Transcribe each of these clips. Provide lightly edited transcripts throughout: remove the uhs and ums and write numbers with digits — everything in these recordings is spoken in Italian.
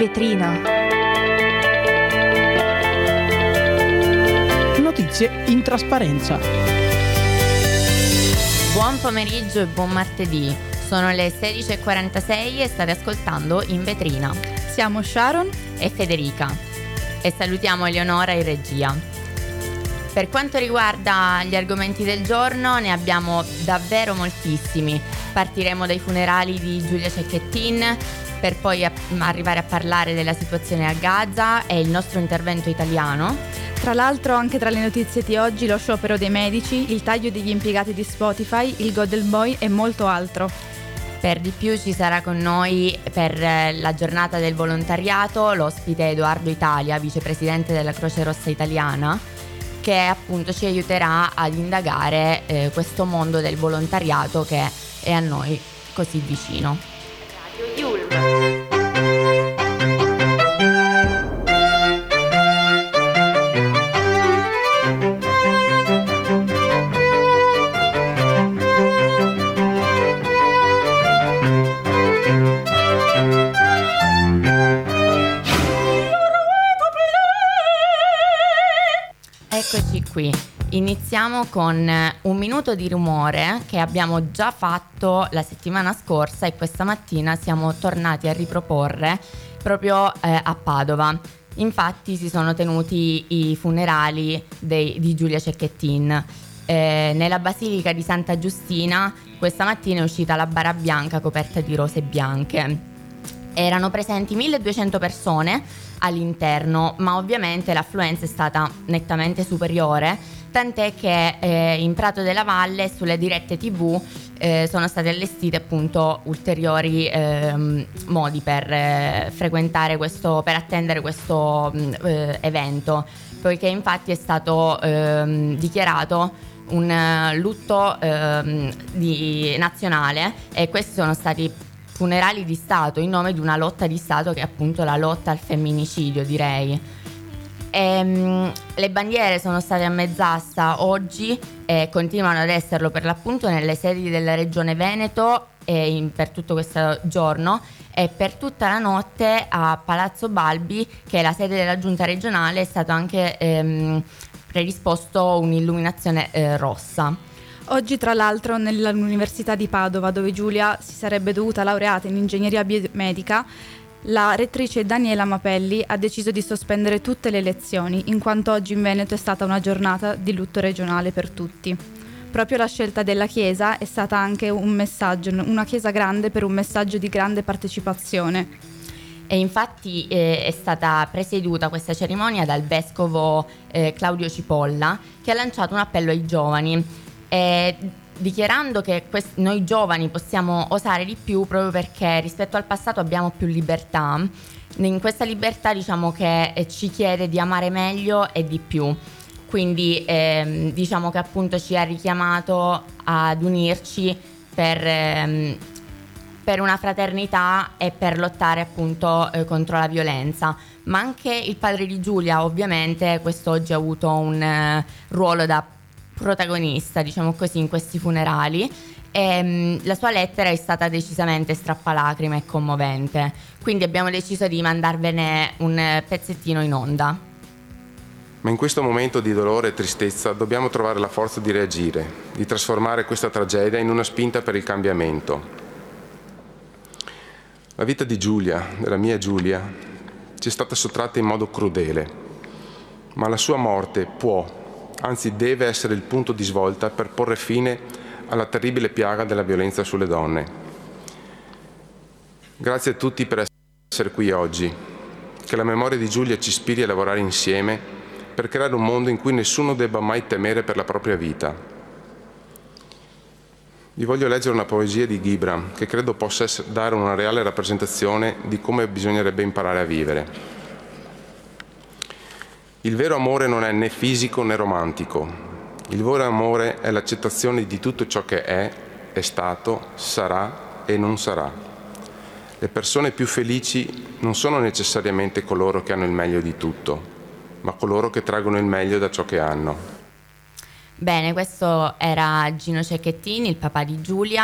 Vetrina. Notizie in trasparenza. Buon pomeriggio e buon martedì. Sono le 16:46 e state ascoltando In Vetrina. Siamo Sharon e Federica e salutiamo Eleonora in regia. Per quanto riguarda gli argomenti del giorno ne abbiamo davvero moltissimi. Partiremo dai funerali di Giulia Cecchettin per poi arrivare a parlare della situazione a Gaza e il nostro intervento italiano. Tra l'altro anche tra le notizie di oggi lo sciopero dei medici, il taglio degli impiegati di Spotify, il Golden Boy e molto altro. Per di più ci sarà con noi per la giornata del volontariato l'ospite Edoardo Italia, vicepresidente della Croce Rossa Italiana, che appunto ci aiuterà ad indagare questo mondo del volontariato che è a noi così vicino. Radio Yulm. Eccoci qui, iniziamo con un minuto di rumore che abbiamo già fatto la settimana scorsa e questa mattina siamo tornati a riproporre proprio a Padova. Infatti si sono tenuti i funerali di Giulia Cecchettin. Nella Basilica di Santa Giustina questa mattina è uscita la bara bianca coperta di rose bianche. Erano presenti 1200 persone all'interno, ma ovviamente l'affluenza è stata nettamente superiore, tant'è che in Prato della Valle sulle dirette TV sono state allestite appunto ulteriori modi per frequentare per attendere questo evento, poiché infatti è stato dichiarato un lutto nazionale e questi sono stati funerali di Stato in nome di una lotta di Stato che è appunto la lotta al femminicidio, direi. Le bandiere sono state a mezz'asta oggi e continuano ad esserlo per l'appunto nelle sedi della Regione Veneto per tutto questo giorno e per tutta la notte a Palazzo Balbi, che è la sede della giunta regionale, è stato anche predisposto un'illuminazione rossa. Oggi tra l'altro nell'Università di Padova, dove Giulia si sarebbe dovuta laureare in ingegneria biomedica, la rettrice Daniela Mapelli ha deciso di sospendere tutte le lezioni, in quanto oggi in Veneto è stata una giornata di lutto regionale per tutti. Proprio la scelta della chiesa è stata anche un messaggio, una chiesa grande per un messaggio di grande partecipazione. E infatti è stata presieduta questa cerimonia dal vescovo Claudio Cipolla, che ha lanciato un appello ai giovani, dichiarando che noi giovani possiamo osare di più proprio perché rispetto al passato abbiamo più libertà. In questa libertà diciamo che ci chiede di amare meglio e di più, quindi diciamo che appunto ci ha richiamato ad unirci per una fraternità e per lottare appunto contro la violenza. Ma anche il padre di Giulia ovviamente quest'oggi ha avuto un ruolo da protagonista, diciamo così, in questi funerali e la sua lettera è stata decisamente strappalacrime e commovente, quindi abbiamo deciso di mandarvene un pezzettino in onda. Ma in questo momento di dolore e tristezza dobbiamo trovare la forza di reagire, di trasformare questa tragedia in una spinta per il cambiamento. La vita di Giulia, della mia Giulia, ci è stata sottratta in modo crudele, ma la sua morte può, anzi deve essere il punto di svolta per porre fine alla terribile piaga della violenza sulle donne. Grazie a tutti per essere qui oggi. Che la memoria di Giulia ci ispiri a lavorare insieme per creare un mondo in cui nessuno debba mai temere per la propria vita. Vi voglio leggere una poesia di Gibran che credo possa dare una reale rappresentazione di come bisognerebbe imparare a vivere. Il vero amore non è né fisico né romantico. Il vero amore è l'accettazione di tutto ciò che è stato, sarà e non sarà. Le persone più felici non sono necessariamente coloro che hanno il meglio di tutto, ma coloro che traggono il meglio da ciò che hanno. Bene, questo era Gino Cecchettin, il papà di Giulia,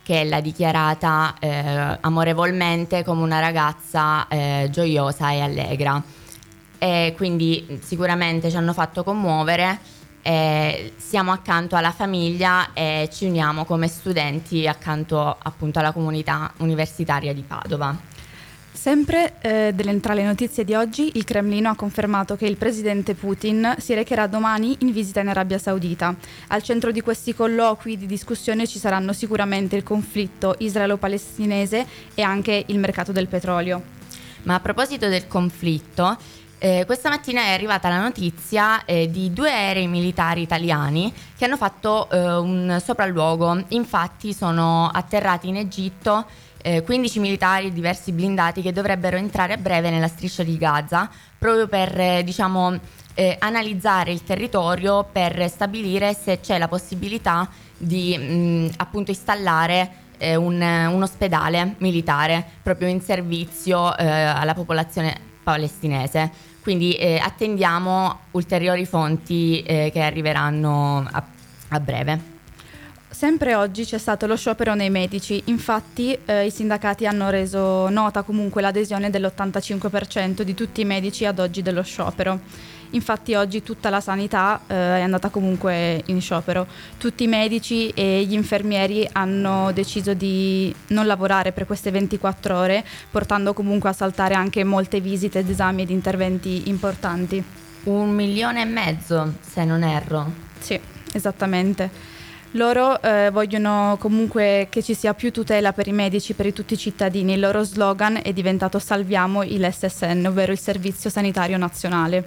che l'ha dichiarata amorevolmente come una ragazza gioiosa e allegra. E quindi sicuramente ci hanno fatto commuovere. Siamo accanto alla famiglia e ci uniamo come studenti accanto appunto alla comunità universitaria di Padova. Sempre tra le notizie di oggi, il Cremlino ha confermato che il presidente Putin si recherà domani in visita in Arabia Saudita. Al centro di questi colloqui di discussione ci saranno sicuramente il conflitto israelo-palestinese e anche il mercato del petrolio. Ma a proposito del conflitto, questa mattina è arrivata la notizia di 2 aerei militari italiani che hanno fatto un sopralluogo. Infatti sono atterrati in Egitto 15 militari e diversi blindati che dovrebbero entrare a breve nella striscia di Gaza proprio per analizzare il territorio, per stabilire se c'è la possibilità di appunto installare un ospedale militare proprio in servizio alla popolazione palestinese. Quindi attendiamo ulteriori fonti che arriveranno a breve. Sempre oggi c'è stato lo sciopero nei medici, infatti i sindacati hanno reso nota comunque l'adesione dell'85% di tutti i medici ad oggi dello sciopero. Infatti oggi tutta la sanità è andata comunque in sciopero. Tutti i medici e gli infermieri hanno deciso di non lavorare per queste 24 ore, portando comunque a saltare anche molte visite ed esami ed interventi importanti. 1,5 milioni, se non erro. Sì, esattamente. Loro vogliono comunque che ci sia più tutela per i medici, per tutti i cittadini. Il loro slogan è diventato "Salviamo il SSN", ovvero il Servizio Sanitario Nazionale.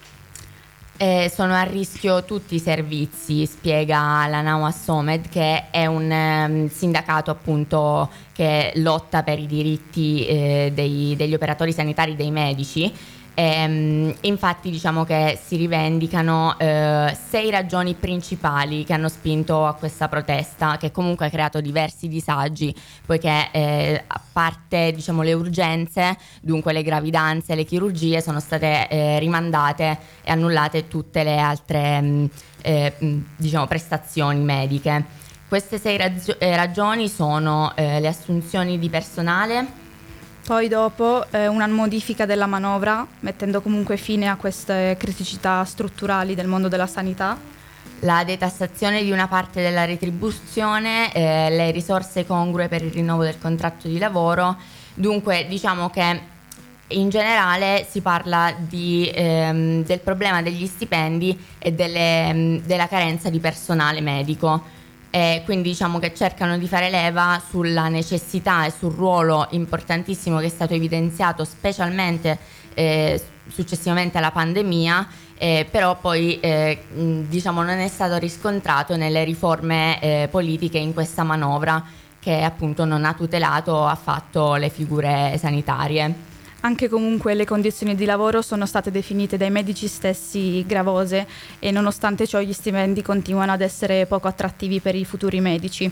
Sono a rischio tutti i servizi, spiega la Nawa Somed, che è un sindacato appunto che lotta per i diritti degli operatori sanitari, dei medici. Infatti diciamo che si rivendicano 6 ragioni principali che hanno spinto a questa protesta, che comunque ha creato diversi disagi, poiché a parte diciamo le urgenze, dunque le gravidanze, le chirurgie, sono state rimandate e annullate tutte le altre diciamo prestazioni mediche. Queste 6 ragioni sono le assunzioni di personale. Poi dopo una modifica della manovra, mettendo comunque fine a queste criticità strutturali del mondo della sanità. La detassazione di una parte della retribuzione, le risorse congrue per il rinnovo del contratto di lavoro. Dunque diciamo che in generale si parla del problema degli stipendi e della carenza di personale medico. Quindi diciamo che cercano di fare leva sulla necessità e sul ruolo importantissimo che è stato evidenziato specialmente successivamente alla pandemia, però poi diciamo non è stato riscontrato nelle riforme politiche in questa manovra, che appunto non ha tutelato affatto le figure sanitarie. Anche comunque le condizioni di lavoro sono state definite dai medici stessi gravose e nonostante ciò gli stipendi continuano ad essere poco attrattivi per i futuri medici.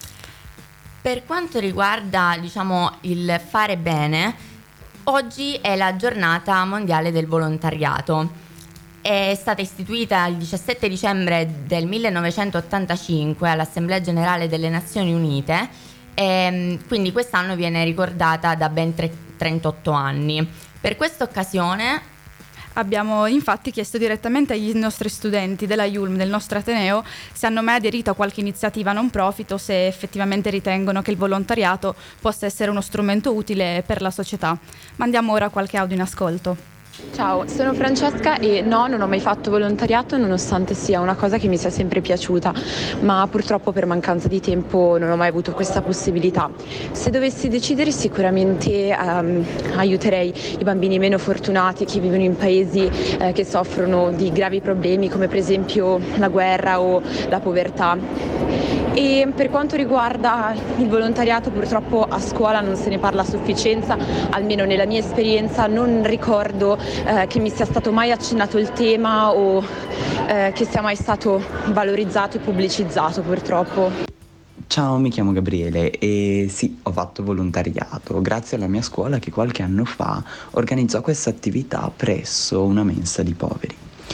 Per quanto riguarda diciamo il fare bene, oggi è la giornata mondiale del volontariato. È stata istituita il 17 dicembre del 1985 all'Assemblea Generale delle Nazioni Unite e quindi quest'anno viene ricordata da ben 38 anni. Per questa occasione abbiamo infatti chiesto direttamente agli nostri studenti della IULM, del nostro Ateneo, se hanno mai aderito a qualche iniziativa non profit o se effettivamente ritengono che il volontariato possa essere uno strumento utile per la società. Mandiamo ora qualche audio in ascolto. Ciao, sono Francesca e no, non ho mai fatto volontariato nonostante sia una cosa che mi sia sempre piaciuta, ma purtroppo per mancanza di tempo non ho mai avuto questa possibilità. Se dovessi decidere sicuramente aiuterei i bambini meno fortunati che vivono in paesi che soffrono di gravi problemi come per esempio la guerra o la povertà. E per quanto riguarda il volontariato, purtroppo a scuola non se ne parla a sufficienza, almeno nella mia esperienza non ricordo che mi sia stato mai accennato il tema o che sia mai stato valorizzato e pubblicizzato purtroppo. Ciao, mi chiamo Gabriele e sì, ho fatto volontariato grazie alla mia scuola che qualche anno fa organizzò questa attività presso una mensa di poveri.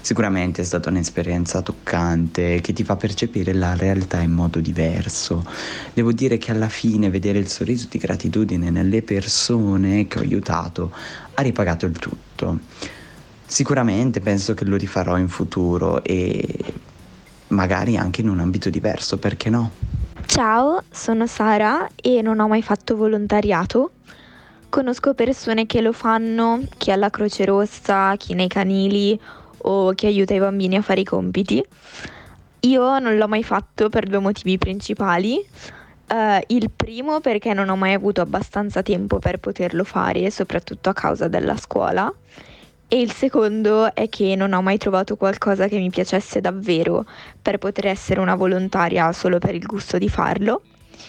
Sicuramente è stata un'esperienza toccante che ti fa percepire la realtà in modo diverso. Devo dire che alla fine vedere il sorriso di gratitudine nelle persone che ho aiutato ha ripagato il tutto. Sicuramente penso che lo rifarò in futuro e magari anche in un ambito diverso, perché no? Ciao, sono Sara e non ho mai fatto volontariato. Conosco persone che lo fanno, chi alla Croce Rossa, chi nei canili o chi aiuta i bambini a fare i compiti. Io non l'ho mai fatto per 2 motivi principali. Il primo perché non ho mai avuto abbastanza tempo per poterlo fare, soprattutto a causa della scuola. E il secondo è che non ho mai trovato qualcosa che mi piacesse davvero per poter essere una volontaria solo per il gusto di farlo.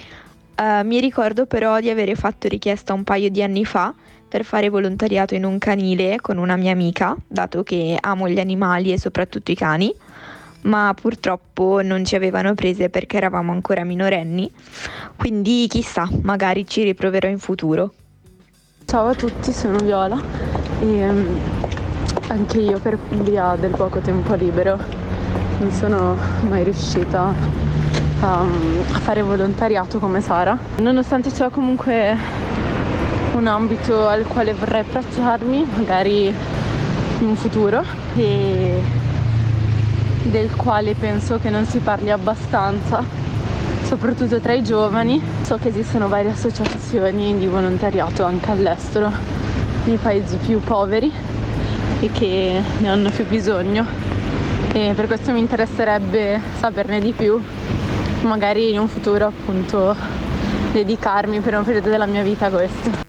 Mi ricordo però di avere fatto richiesta un paio di anni fa per fare volontariato in un canile con una mia amica, dato che amo gli animali e soprattutto i cani, ma purtroppo non ci avevano prese perché eravamo ancora minorenni, quindi chissà, magari ci riproverò in futuro. Ciao a tutti, sono Viola e anche io per via del poco tempo libero non sono mai riuscita a fare volontariato come Sara, nonostante ciò comunque un ambito al quale vorrei approcciarmi magari in un futuro e del quale penso che non si parli abbastanza, soprattutto tra i giovani. So che esistono varie associazioni di volontariato anche all'estero, nei paesi più poveri e che ne hanno più bisogno, e per questo mi interesserebbe saperne di più, magari in un futuro appunto dedicarmi per un periodo della mia vita a questo.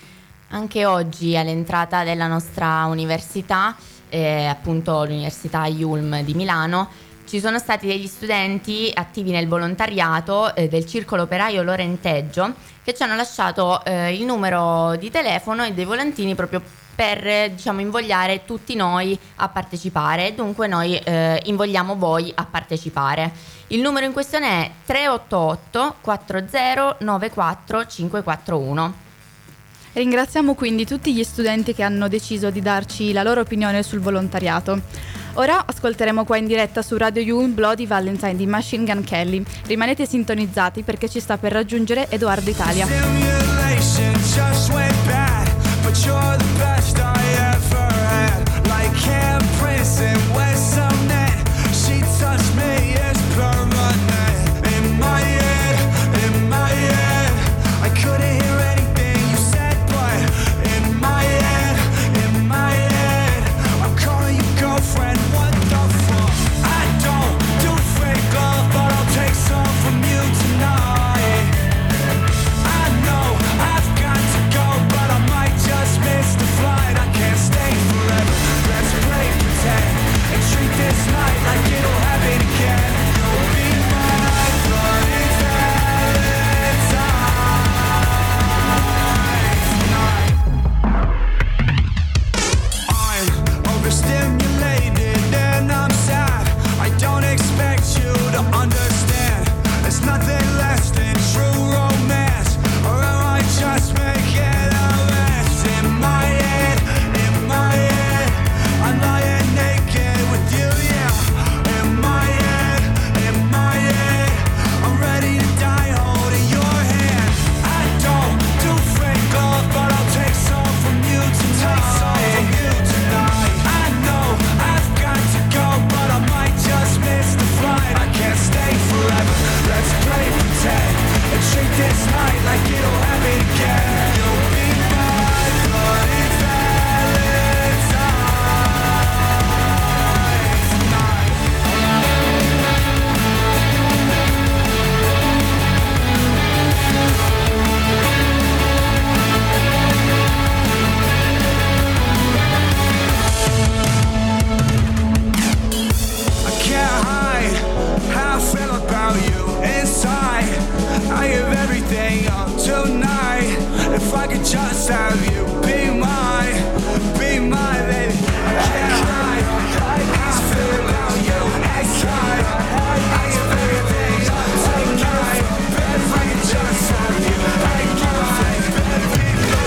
Anche oggi all'entrata della nostra università, appunto l'Università IULM di Milano, ci sono stati degli studenti attivi nel volontariato del Circolo Operaio Lorenteggio che ci hanno lasciato il numero di telefono e dei volantini proprio per, diciamo, invogliare tutti noi a partecipare. Dunque noi invogliamo voi a partecipare. Il numero in questione è 388 40 94 541. Ringraziamo quindi tutti gli studenti che hanno deciso di darci la loro opinione sul volontariato. Ora ascolteremo qua in diretta su Radio Yulm Bloody Valentine di Machine Gun Kelly. Rimanete sintonizzati perché ci sta per raggiungere Edoardo Italia.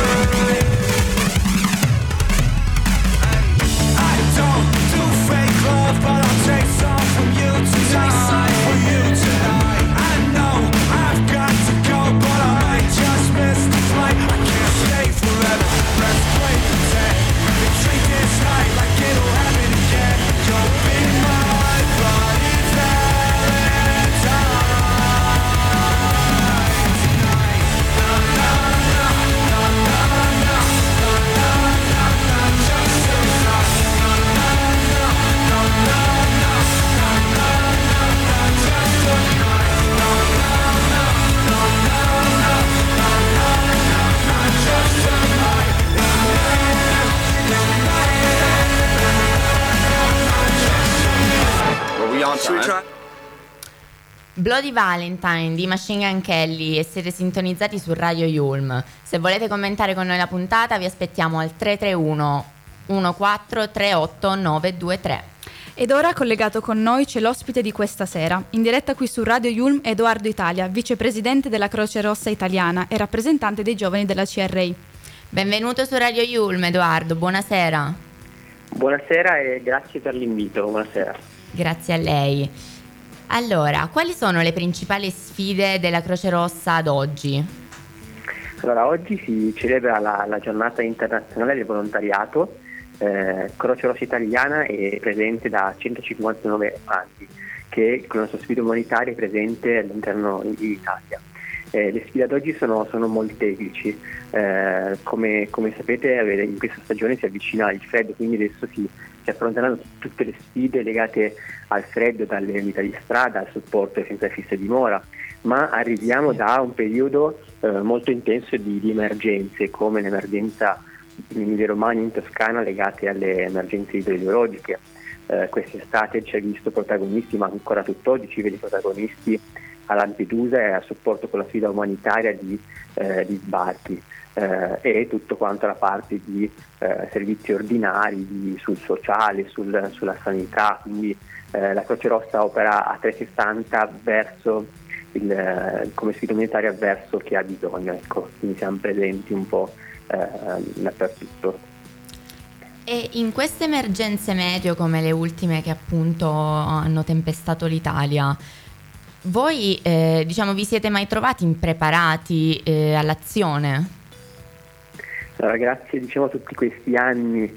Fake love Bloody Valentine di Machine Gun Kelly e siete sintonizzati su Radio Yulm. Se volete commentare con noi la puntata vi aspettiamo al 331 1438 923. Ed ora collegato con noi c'è l'ospite di questa sera, in diretta qui su Radio Yulm, Edoardo Italia, vicepresidente della Croce Rossa Italiana e rappresentante dei giovani della CRI. Benvenuto su Radio Yulm, Edoardo, buonasera. Buonasera e grazie per l'invito, buonasera. Grazie a lei. Allora, quali sono le principali sfide della Croce Rossa ad oggi? Allora, oggi si celebra la giornata internazionale del volontariato. Croce Rossa Italiana è presente da 159 anni, che con la sua sfida umanitaria è presente all'interno d'Italia. Le sfide ad oggi sono molteplici. Come sapete, in questa stagione si avvicina il freddo, quindi adesso si affronteranno tutte le sfide legate al freddo, dalle vita di strada al supporto senza fissa dimora, ma arriviamo da un periodo molto intenso di emergenze, come l'emergenza in Emilia-Romagna, in Toscana, legate alle emergenze idrogeologiche. Quest'estate ci ha visto protagonisti, ma ancora tutt'oggi ci vede protagonisti a Lampedusa e a supporto con la sfida umanitaria di sbarchi, e tutto quanto la parte di servizi ordinari, sul sociale, sulla sanità. Quindi la Croce Rossa opera a 360 verso come sfida umanitaria verso chi ha bisogno, ecco. Quindi siamo presenti un po' dappertutto. E in queste emergenze meteo come le ultime che appunto hanno tempestato l'Italia, voi vi siete mai trovati impreparati all'azione? Allora, grazie a tutti questi anni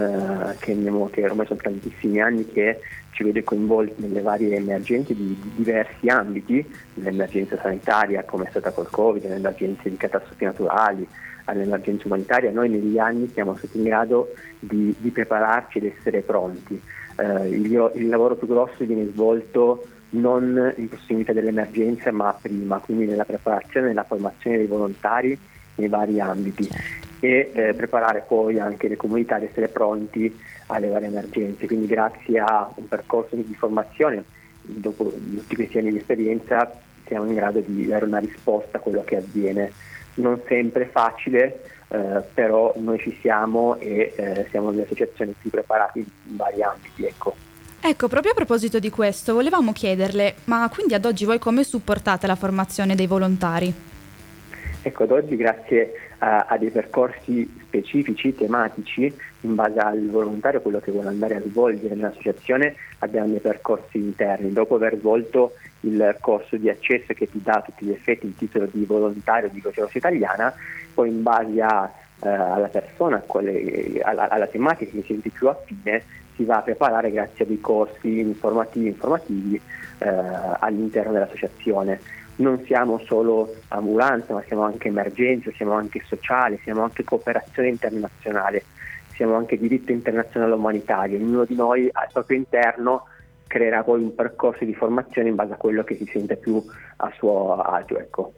che ormai sono tantissimi anni che ci vede coinvolti nelle varie emergenze di diversi ambiti, nell'emergenza sanitaria come è stata col Covid, nelle emergenze di catastrofi naturali, all'emergenza umanitaria. Noi negli anni siamo stati in grado di prepararci ed essere pronti. Il lavoro più grosso viene svolto non in prossimità dell'emergenza ma prima, quindi nella preparazione e nella formazione dei volontari nei vari ambiti, e preparare poi anche le comunità ad essere pronti alle varie emergenze. Quindi grazie a un percorso di formazione, dopo tutti questi anni di esperienza, siamo in grado di dare una risposta a quello che avviene. Non sempre facile, però noi ci siamo e siamo nelle associazioni più preparate in vari ambiti, ecco. Ecco, proprio a proposito di questo, volevamo chiederle, ma quindi ad oggi voi come supportate la formazione dei volontari? Ecco, ad oggi grazie a dei percorsi specifici, tematici, in base al volontario, quello che vuole andare a svolgere nell'associazione, abbiamo dei percorsi interni. Dopo aver svolto il corso di accesso che ti dà a tutti gli effetti il titolo di volontario di Croce Rossa Italiana, poi in base alla persona, alla tematica che si sente più affine, si va a preparare grazie a dei corsi informativi all'interno dell'associazione. Non siamo solo ambulanza, ma siamo anche emergenza, siamo anche sociale, siamo anche cooperazione internazionale, siamo anche diritto internazionale umanitario. Ognuno di noi al proprio interno creerà poi un percorso di formazione in base a quello che si sente più a suo agio, ecco.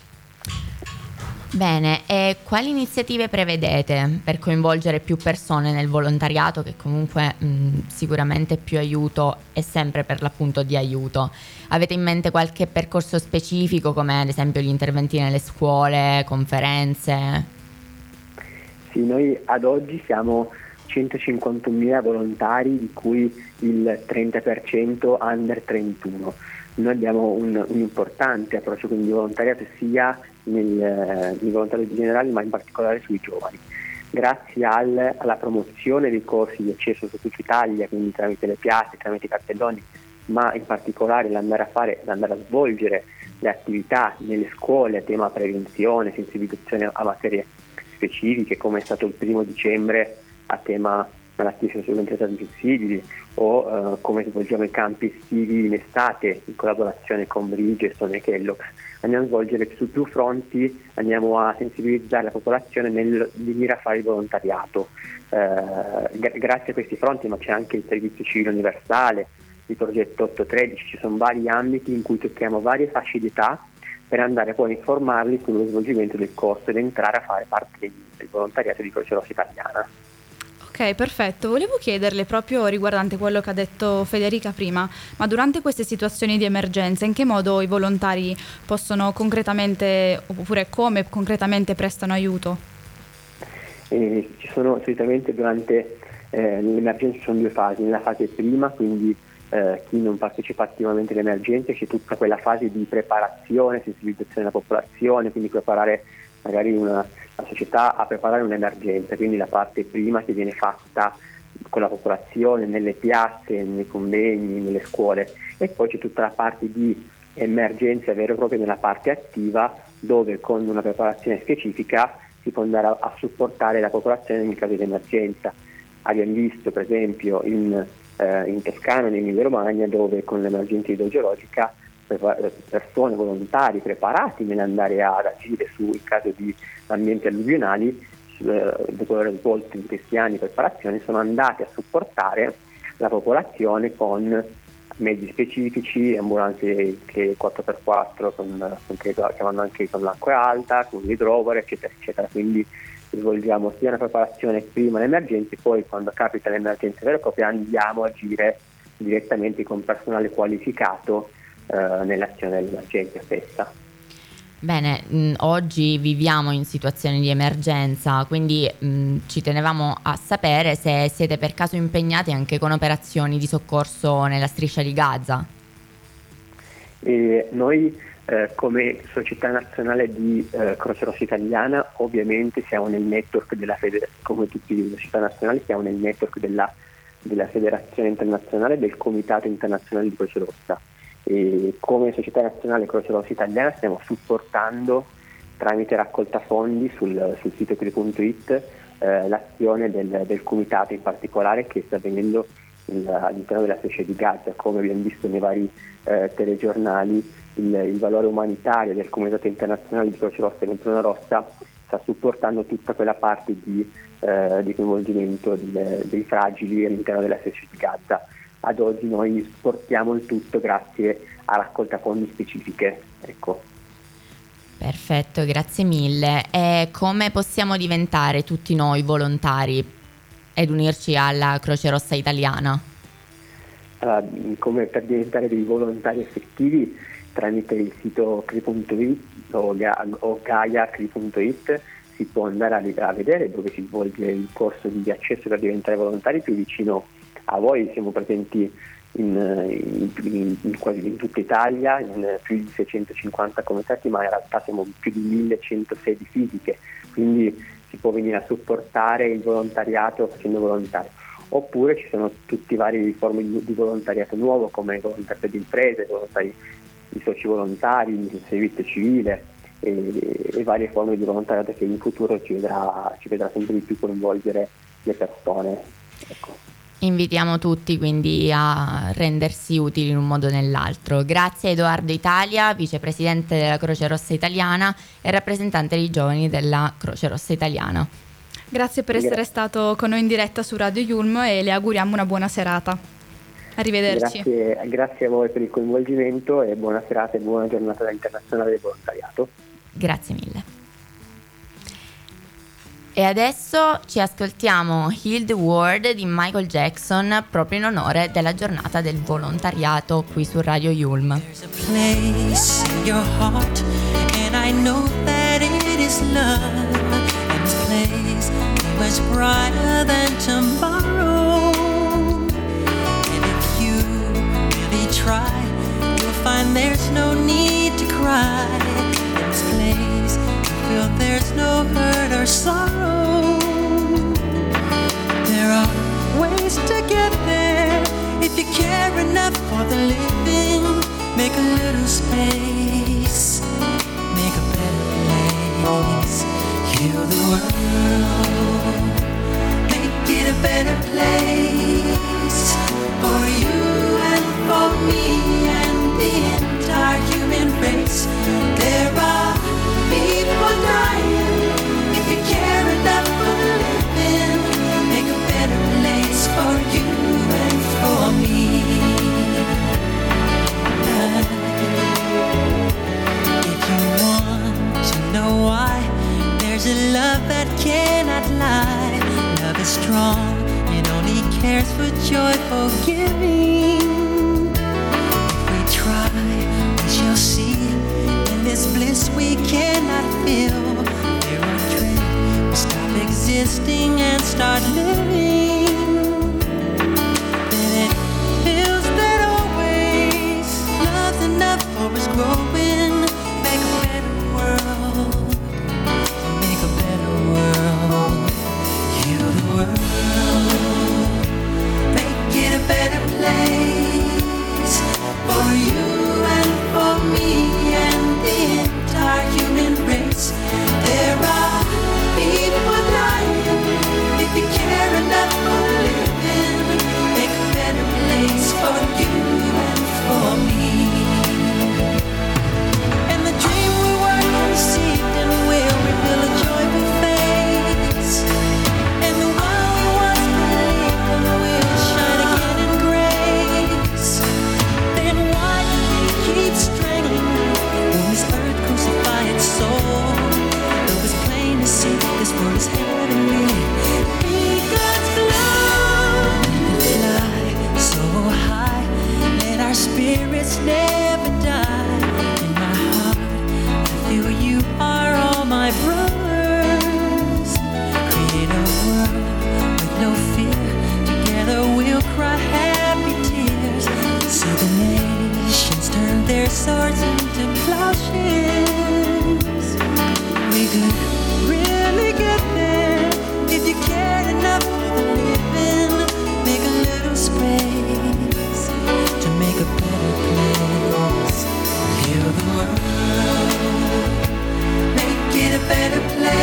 Bene, e quali iniziative prevedete per coinvolgere più persone nel volontariato, che comunque sicuramente più aiuto è sempre per l'appunto di aiuto? Avete in mente qualche percorso specifico, come ad esempio gli interventi nelle scuole, conferenze? Sì, noi ad oggi siamo 151.000 volontari, di cui il 30% under 31. Noi abbiamo un importante approccio quindi di volontariato sia nei volontari generali, ma in particolare sui giovani. Grazie alla promozione dei corsi di accesso su tutta Italia, quindi tramite le piazze, tramite i cartelloni, ma in particolare l'andare a svolgere le attività nelle scuole a tema prevenzione, sensibilizzazione a materie specifiche, come è stato il 1° dicembre a tema malattie sessualmente trasmissibili, o come svolgiamo i campi estivi in estate in collaborazione con Bridgestone e Kellogg's. Andiamo a svolgere su più fronti, andiamo a sensibilizzare la popolazione nel venire a fare il volontariato. Grazie a questi fronti, ma c'è anche il servizio civile universale, il progetto 813, ci sono vari ambiti in cui tocchiamo varie fasce di età per andare poi a informarli sullo svolgimento del corso ed entrare a fare parte del volontariato di Croce Rossa Italiana. Ok, Ok, perfetto. Volevo chiederle proprio riguardante quello che ha detto Federica prima, ma durante queste situazioni di emergenza, in che modo i volontari possono concretamente, oppure come concretamente prestano aiuto? Ci sono solitamente durante l'emergenza ci sono due fasi. Nella fase prima, quindi chi non partecipa attivamente alle emergenze, c'è tutta quella fase di preparazione, sensibilizzazione della popolazione, quindi preparare magari la società a preparare un'emergenza, quindi la parte prima che viene fatta con la popolazione, nelle piazze, nei convegni, nelle scuole, e poi c'è tutta la parte di emergenza vera e propria nella parte attiva, dove con una preparazione specifica si può andare a supportare la popolazione in caso di emergenza. Abbiamo visto per esempio in Toscana, in Emilia Romagna, dove con l'emergenza idrogeologica persone, volontari preparati nell'andare ad agire in caso di ambienti alluvionali, dopo aver svolto in questi anni preparazioni, sono andati a supportare la popolazione con mezzi specifici, ambulanze 4x4 che vanno anche con l'acqua alta, con l'idrovore, eccetera, eccetera. Quindi svolgiamo sia una preparazione prima le emergenze, poi quando capita l'emergenza vera e propria andiamo a agire direttamente con personale qualificato nell'azione dell'emergenza stessa. Bene, oggi viviamo in situazioni di emergenza, quindi ci tenevamo a sapere se siete per caso impegnati anche con operazioni di soccorso nella striscia di Gaza. Noi come Società Nazionale di Croce Rossa Italiana ovviamente siamo nel network della come tutte le società nazionali siamo nel network della Federazione Internazionale del Comitato Internazionale di Croce Rossa. E come Società Nazionale Croce Rossa Italiana stiamo supportando tramite raccolta fondi sul sito cri.it l'azione del comitato in particolare che sta avvenendo all'interno della striscia di Gaza. Come abbiamo visto nei vari telegiornali, il valore umanitario del Comitato Internazionale di Croce Rossa e Croce Rossa sta supportando tutta quella parte di coinvolgimento dei fragili all'interno della striscia di Gaza. Ad oggi noi supportiamo il tutto grazie a raccolta fondi specifiche. Ecco. Perfetto, grazie mille. E come possiamo diventare tutti noi volontari ed unirci alla Croce Rossa Italiana? Come per diventare dei volontari effettivi, tramite il sito cri.it o gaia.cri.it si può andare a vedere dove si svolge il corso di accesso per diventare volontari più vicino a voi. Siamo presenti in tutta Italia, in più di 650 comitati, ma in realtà siamo più di 1100 sedi fisiche, quindi si può venire a supportare il volontariato facendo volontari. Oppure ci sono tutte varie forme di volontariato nuovo, come volontariato di imprese, volontari di soci volontari, il servizio civile e varie forme di volontariato che in futuro ci vedrà sempre di più coinvolgere le persone. Ecco. Invitiamo tutti quindi a rendersi utili in un modo o nell'altro. Grazie a Edoardo Italia, vicepresidente della Croce Rossa Italiana e rappresentante dei giovani della Croce Rossa Italiana. Grazie per essere stato con noi in diretta su Radio Yulm e le auguriamo una buona serata. Arrivederci. Grazie a voi per il coinvolgimento e buona serata e buona giornata internazionale del volontariato. Grazie mille. E adesso ci ascoltiamo Heal the World di Michael Jackson proprio in onore della giornata del volontariato qui su Radio Yulm. There's a place in your heart and I know that it is love, and this place is much brighter than tomorrow, and if you really try you'll find there's no need to cry. In this place you feel there's no hurt or sorrow. There are ways to get there if you care enough for the living. Make a little space, make a better place. Heal the world, make it a better place for you and for me and the entire human race. There are people dying. If you care enough for the living, make a better place for you and for me. If you want to know why, there's a love that cannot lie. Love is strong It only cares for joyful giving. If we try, we shall see. In this bliss we cannot feel. There are dreams. We stop existing and start living. Then it feels that always love's enough for us growing. Make a better world. Make a better world. Heal the world. Make it a better place for you and for me and the entire human race. There are people dying. If you care enough for living, make a better place for you and for me. And the dream we work conceived and will reveal a joyful face. And the one we once believed in will shine again in grace. Then why do we keep strangling when this earth crucify its soul? Though it's plain to see this world is heavenly. Be God's love and fly so high. Let our spirits never die. In my heart, I feel you are all my brothers. Create a world with no fear. Together we'll cry happy tears. See the nations turn their swords into plowshares. We could really get there if you cared enough for the living. Make a little space to make a better place. Heal the world. Make it a better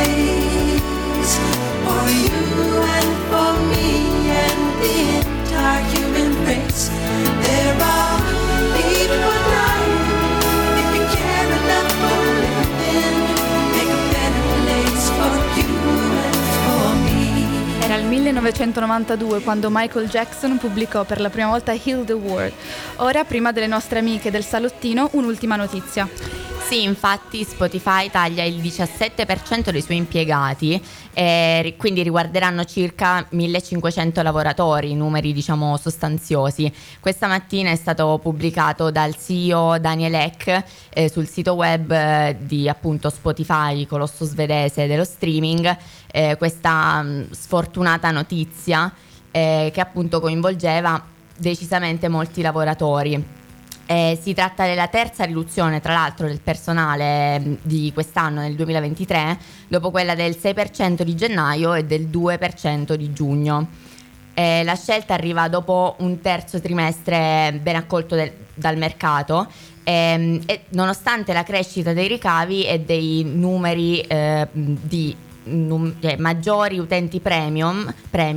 place for you and for me and the entire human race. There are people dying. If you care enough for living, make a better place for you and for me. Era il 1992 quando Michael Jackson pubblicò per la prima volta Heal the World. Ora, prima delle nostre amiche del salottino, un'ultima notizia. Sì, infatti Spotify taglia il 17% dei suoi impiegati, quindi riguarderanno circa 1500 lavoratori, numeri diciamo sostanziosi. Questa mattina è stato pubblicato dal CEO Daniel Ek sul sito web di appunto Spotify, colosso svedese dello streaming, questa sfortunata notizia che appunto coinvolgeva decisamente molti lavoratori. Si tratta della terza riduzione, tra l'altro, del personale di quest'anno, nel 2023, dopo quella del 6% di gennaio e del 2% di giugno. La scelta arriva dopo un terzo trimestre ben accolto dal mercato e nonostante la crescita dei ricavi e dei numeri di maggiori utenti premium,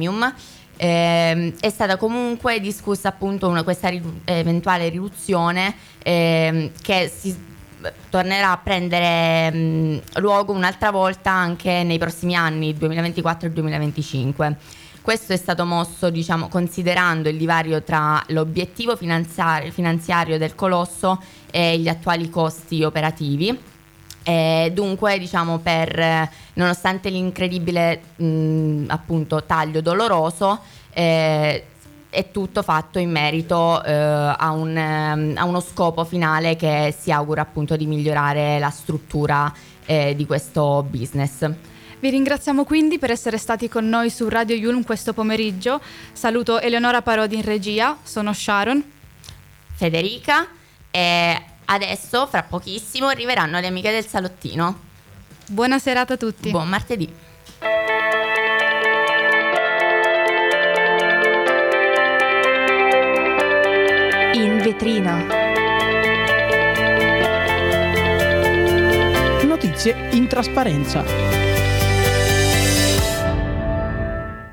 è stata comunque discussa appunto questa eventuale riduzione che si tornerà a prendere luogo un'altra volta anche nei prossimi anni, 2024 e 2025. Questo è stato mosso, diciamo, considerando il divario tra l'obiettivo finanziario del colosso e gli attuali costi operativi. Dunque, diciamo, nonostante l'incredibile appunto taglio doloroso, è tutto fatto in merito a uno scopo finale che si augura appunto di migliorare la struttura di questo business. Vi ringraziamo quindi per essere stati con noi su Radio Yulm questo pomeriggio. Saluto Eleonora Parodi in regia, sono Sharon, Federica e adesso, fra pochissimo, arriveranno le amiche del salottino. Buona serata a tutti. Buon martedì. In vetrina. Notizie in trasparenza.